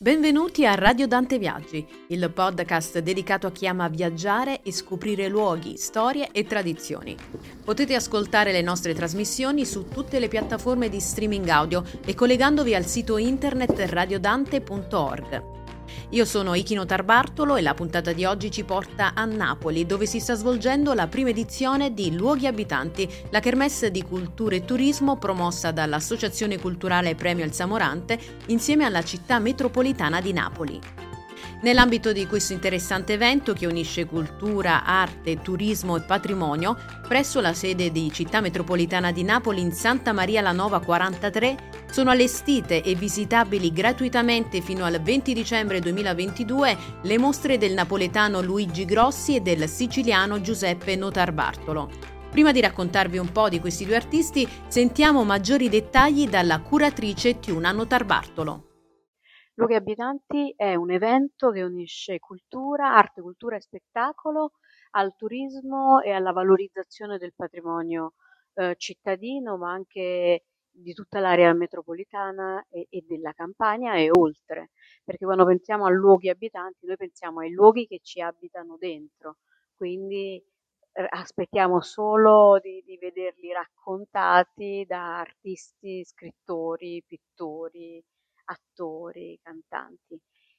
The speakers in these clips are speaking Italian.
Benvenuti a Radio Dante Viaggi, il podcast dedicato a chi ama viaggiare e scoprire luoghi, storie e tradizioni. Potete ascoltare le nostre trasmissioni su tutte le piattaforme di streaming audio e collegandovi al sito internet radiodante.org. Io sono Ichino Tarbartolo e la puntata di oggi ci porta a Napoli, dove si sta svolgendo la prima edizione di Luoghi Abitanti, la kermesse di cultura e turismo promossa dall'Associazione Culturale Premio Elsa Morante insieme alla città metropolitana di Napoli. Nell'ambito di questo interessante evento che unisce cultura, arte, turismo e patrimonio, presso la sede di Città Metropolitana di Napoli in Santa Maria la Nova 43, sono allestite e visitabili gratuitamente fino al 20 dicembre 2022 le mostre del napoletano Luigi Grossi e del siciliano Giuseppe Notarbartolo. Prima di raccontarvi un po' di questi due artisti, sentiamo maggiori dettagli dalla curatrice Tiuna Notarbartolo. Luoghi Abitanti è un evento che unisce cultura, arte, cultura e spettacolo al turismo e alla valorizzazione del patrimonio cittadino, ma anche di tutta l'area metropolitana e della Campania e oltre, perché quando pensiamo a luoghi abitanti noi pensiamo ai luoghi che ci abitano dentro, quindi aspettiamo solo di vederli raccontati da artisti, scrittori, pittori, attori, cantanti.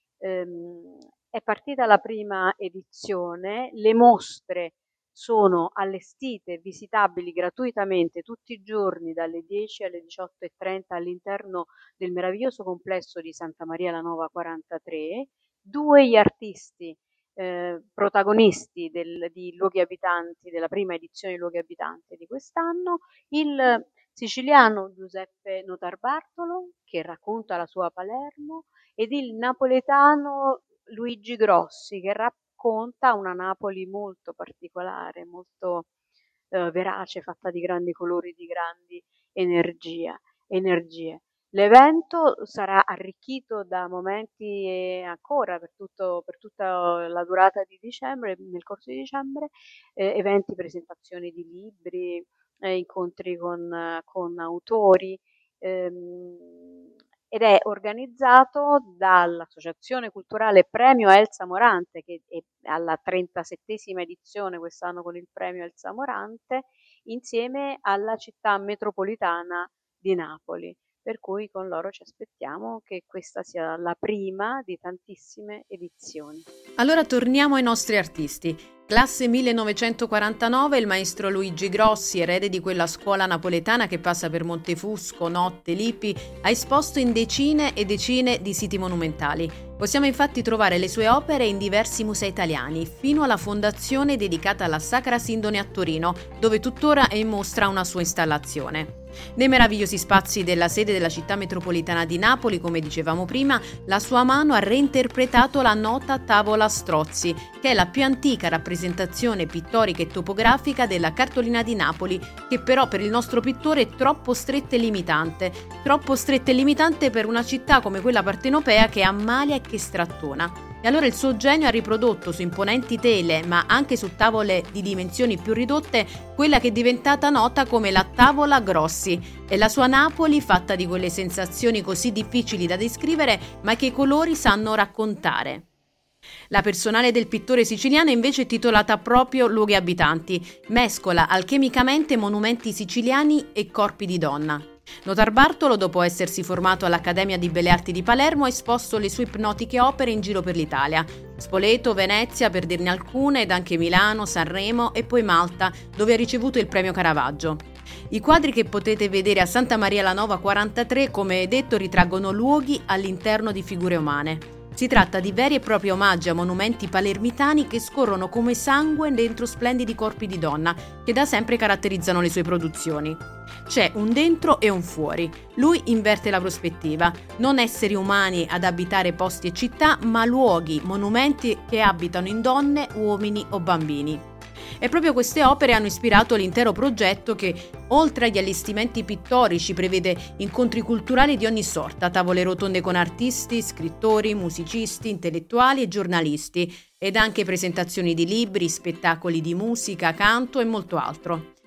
È partita la prima edizione, le mostre sono allestite e visitabili gratuitamente tutti i giorni dalle 10 alle 18:30 all'interno del meraviglioso complesso di Santa Maria la Nova 43. Due gli artisti protagonisti di Luoghi Abitanti, della prima edizione di Luoghi Abitanti di quest'anno, il siciliano Giuseppe Notarbartolo, che racconta la sua Palermo, ed il napoletano Luigi Grossi, che racconta una Napoli molto particolare, molto verace, fatta di grandi colori, di grandi energie. L'evento sarà arricchito da momenti ancora per tutta la durata di dicembre, nel corso di dicembre, eventi, presentazioni di libri, incontri con autori, ed è organizzato dall'Associazione Culturale Premio Elsa Morante, che è alla 37esima edizione quest'anno con il Premio Elsa Morante, insieme alla città metropolitana di Napoli. Per cui con loro ci aspettiamo che questa sia la prima di tantissime edizioni. Allora torniamo ai nostri artisti. Classe 1949, il maestro Luigi Grossi, erede di quella scuola napoletana che passa per Montefusco, Notte, Lippi, ha esposto in decine e decine di siti monumentali. Possiamo infatti trovare le sue opere in diversi musei italiani, fino alla fondazione dedicata alla Sacra Sindone a Torino, dove tuttora è in mostra una sua installazione. Nei meravigliosi spazi della sede della città metropolitana di Napoli, come dicevamo prima, la sua mano ha reinterpretato la nota tavola Strozzi, che è la più antica rappresentazione pittorica e topografica della cartolina di Napoli, che però per il nostro pittore è troppo stretta e limitante per una città come quella partenopea che ammalia e che strattona. E allora il suo genio ha riprodotto su imponenti tele, ma anche su tavole di dimensioni più ridotte, quella che è diventata nota come la tavola Grossi, e la sua Napoli fatta di quelle sensazioni così difficili da descrivere, ma che i colori sanno raccontare. La personale del pittore siciliano è invece titolata proprio Luoghi Abitanti, mescola alchemicamente monumenti siciliani e corpi di donna. Notarbartolo, dopo essersi formato all'Accademia di Belle Arti di Palermo, ha esposto le sue ipnotiche opere in giro per l'Italia. Spoleto, Venezia, per dirne alcune, ed anche Milano, Sanremo e poi Malta, dove ha ricevuto il premio Caravaggio. I quadri che potete vedere a Santa Maria la Nova 43, come detto, ritraggono luoghi all'interno di figure umane. Si tratta di veri e propri omaggi a monumenti palermitani che scorrono come sangue dentro splendidi corpi di donna, che da sempre caratterizzano le sue produzioni. C'è un dentro e un fuori. Lui inverte la prospettiva. Non esseri umani ad abitare posti e città, ma luoghi, monumenti che abitano in donne, uomini o bambini. E proprio queste opere hanno ispirato l'intero progetto che, oltre agli allestimenti pittorici, prevede incontri culturali di ogni sorta, tavole rotonde con artisti, scrittori, musicisti, intellettuali e giornalisti, ed anche presentazioni di libri, spettacoli di musica, canto e molto altro.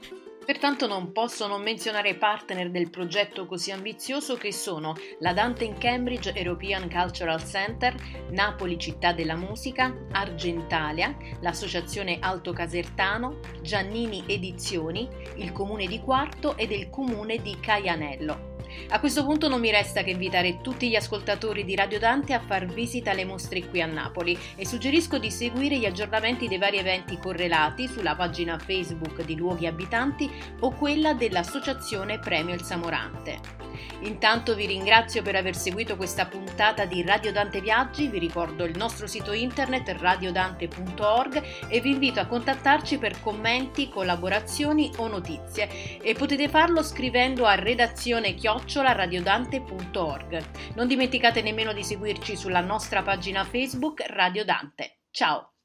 Pertanto non posso non menzionare i partner del progetto così ambizioso che sono la Dante in Cambridge European Cultural Center, Napoli Città della Musica, Argentalia, l'Associazione Alto Casertano, Giannini Edizioni, il Comune di Quarto ed il Comune di Caianello. A questo punto non mi resta che invitare tutti gli ascoltatori di Radio Dante a far visita alle mostre qui a Napoli e suggerisco di seguire gli aggiornamenti dei vari eventi correlati sulla pagina Facebook di Luoghi Abitanti o quella dell'Associazione Premio Il Samorante. Intanto vi ringrazio per aver seguito questa puntata di Radio Dante Viaggi, vi ricordo il nostro sito internet radiodante.org e vi invito a contattarci per commenti, collaborazioni o notizie e potete farlo scrivendo a redazione@radiodante.org. Non dimenticate nemmeno di seguirci sulla nostra pagina Facebook Radio Dante. Ciao!